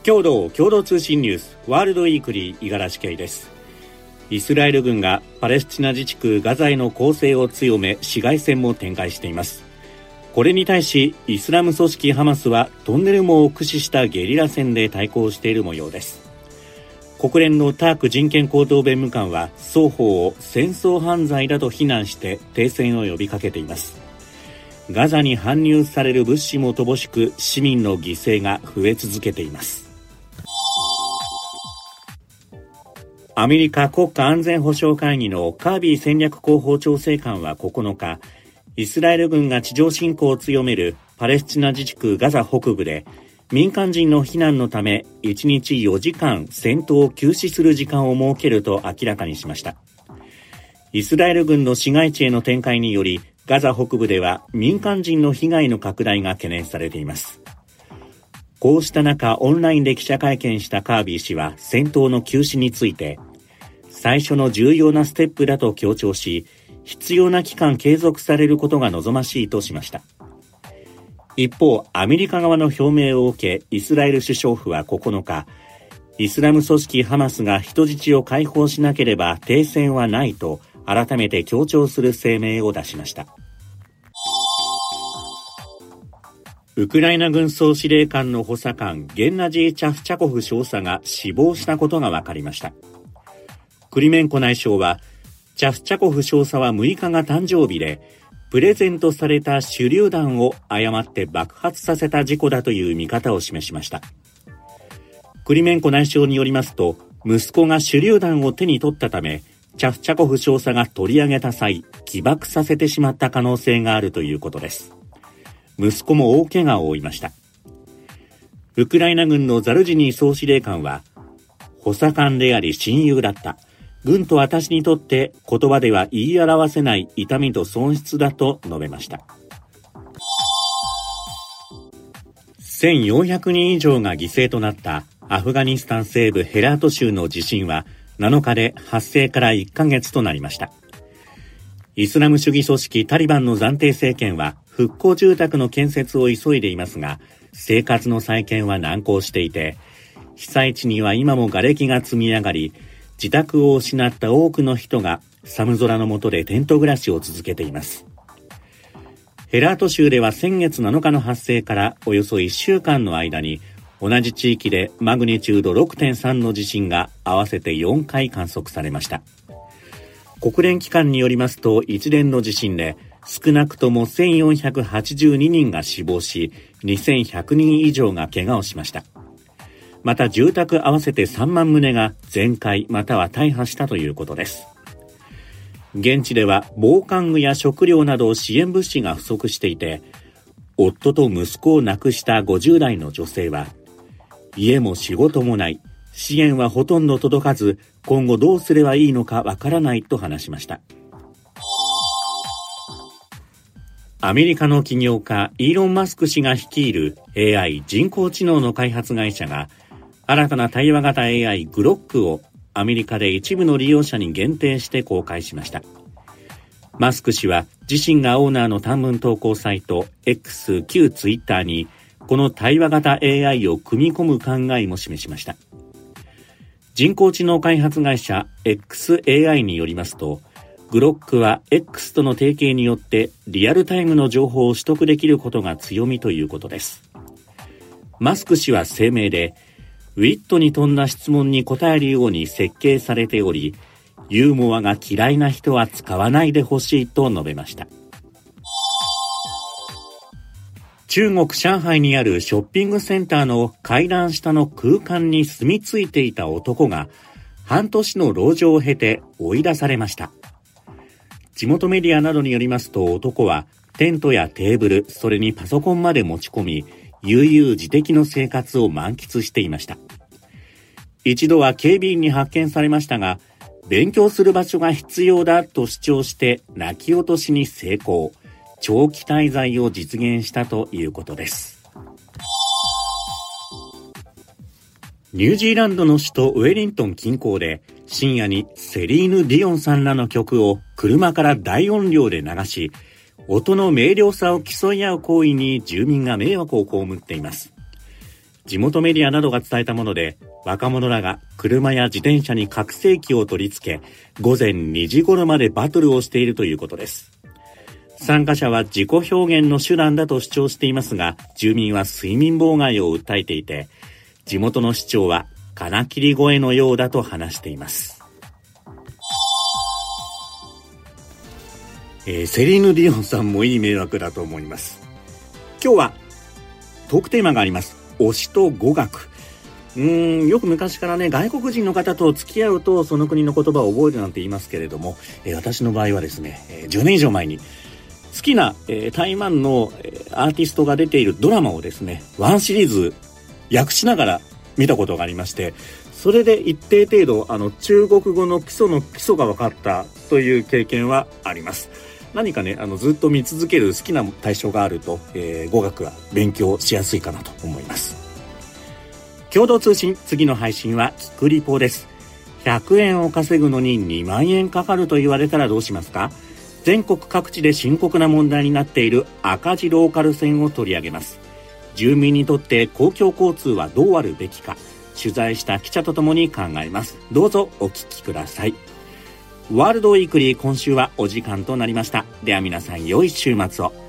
共同通信ニュースワールドウィークリー五十嵐圭です。イスラエル軍がパレスチナ自治区ガザへの攻勢を強め、市街戦も展開しています。これに対しイスラム組織ハマスはトンネル網を駆使したゲリラ戦で対抗している模様です。国連のターク人権高等弁務官は双方を戦争犯罪だと非難して停戦を呼びかけています。ガザに搬入される物資も乏しく、市民の犠牲が増え続けています。アメリカ国家安全保障会議のカービー戦略広報調整官は9日、イスラエル軍が地上侵攻を強めるパレスチナ自治区ガザ北部で民間人の避難のため1日4時間戦闘を休止する時間を設けると明らかにしました。イスラエル軍の市街地への展開によりガザ北部では民間人の被害の拡大が懸念されています。こうした中、オンラインで記者会見したカービー氏は戦闘の休止について、最初の重要なステップだと強調し、必要な期間継続されることが望ましいとしました。一方、アメリカ側の表明を受け、イスラエル首相府は9日、イスラム組織ハマスが人質を解放しなければ停戦はないと改めて強調する声明を出しました。ウクライナ軍総司令官の補佐官ゲンナジー・チャフチャコフ少佐が死亡したことが分かりました。クリメンコ内相は、チャフチャコフ少佐は6日が誕生日で、プレゼントされた手榴弾を誤って爆発させた事故だという見方を示しました。クリメンコ内相によりますと、息子が手榴弾を手に取ったため、チャフチャコフ少佐が取り上げた際、起爆させてしまった可能性があるということです。息子も大怪我を負いました。ウクライナ軍のザルジニー総司令官は、補佐官であり親友だった。軍と私にとって言葉では言い表せない痛みと損失だと述べました。1400人以上が犠牲となったアフガニスタン西部ヘラート州の地震は7日で発生から1ヶ月となりました。イスラム主義組織タリバンの暫定政権は復興住宅の建設を急いでいますが、生活の再建は難航していて、被災地には今も瓦礫が積み上がり、自宅を失った多くの人が寒空の下でテント暮らしを続けています。ヘラート州では先月7日の発生からおよそ1週間の間に、同じ地域でマグニチュード 6.3 の地震が合わせて4回観測されました。国連機関によりますと、一連の地震で少なくとも1482人が死亡し、2100人以上が怪我をしました。また住宅合わせて3万棟が全壊または大破したということです。現地では防寒具や食料など支援物資が不足していて、夫と息子を亡くした50代の女性は、家も仕事もない、資源はほとんど届かず、今後どうすればいいのかわからないと話しました。アメリカの起業家イーロン・マスク氏が率いる AI 人工知能の開発会社が新たな対話型 AI グロックをアメリカで一部の利用者に限定して公開しました。マスク氏は自身がオーナーの短文投稿サイト X 旧ツイッターにこの対話型 AI を組み込む考えも示しました。人工知能開発会社 XAI によりますと、グロックは X との提携によってリアルタイムの情報を取得できることが強みということです。マスク氏は声明で、ウィットに富んだ質問に答えるように設計されており、ユーモアが嫌いな人は使わないでほしいと述べました。中国上海にあるショッピングセンターの階段下の空間に住み着いていた男が半年の籠城を経て追い出されました。地元メディアなどによりますと、男はテントやテーブル、それにパソコンまで持ち込み、悠々自適の生活を満喫していました。一度は警備員に発見されましたが、勉強する場所が必要だと主張して泣き落としに成功。長期滞在を実現したということです。ニュージーランドの首都ウェリントン近郊で深夜にセリーヌ・ディオンさんらの曲を車から大音量で流し、音の明瞭さを競い合う行為に住民が迷惑を被っています。 地元メディアなどが伝えたもので、若者らが車や自転車に拡声器を取り付け、午前2時頃までバトルをしているということです。参加者は自己表現の手段だと主張していますが、住民は睡眠妨害を訴えていて、地元の市長は金切り声のようだと話しています。セリーヌ・ディオンさんもいい迷惑だと思います。今日はトークテーマがあります。推しと語学。よく昔からね、外国人の方と付き合うとその国の言葉を覚えるなんて言いますけれども、私の場合はですね、10年以上前に好きな、台湾のアーティストが出ているドラマをですね、ワンシリーズ訳しながら見たことがありまして、それで一定程度中国語の基礎の基礎が分かったという経験はあります。何かね、ずっと見続ける好きな対象があると、語学は勉強しやすいかなと思います。共同通信、次の配信はキクリポです。100円を稼ぐのに2万円かかると言われたらどうしますか？全国各地で深刻な問題になっている赤字ローカル線を取り上げます。住民にとって公共交通はどうあるべきか、取材した記者とともに考えます。どうぞお聞きください。ワールドウィークリー、今週はお時間となりました。では皆さん、良い週末を。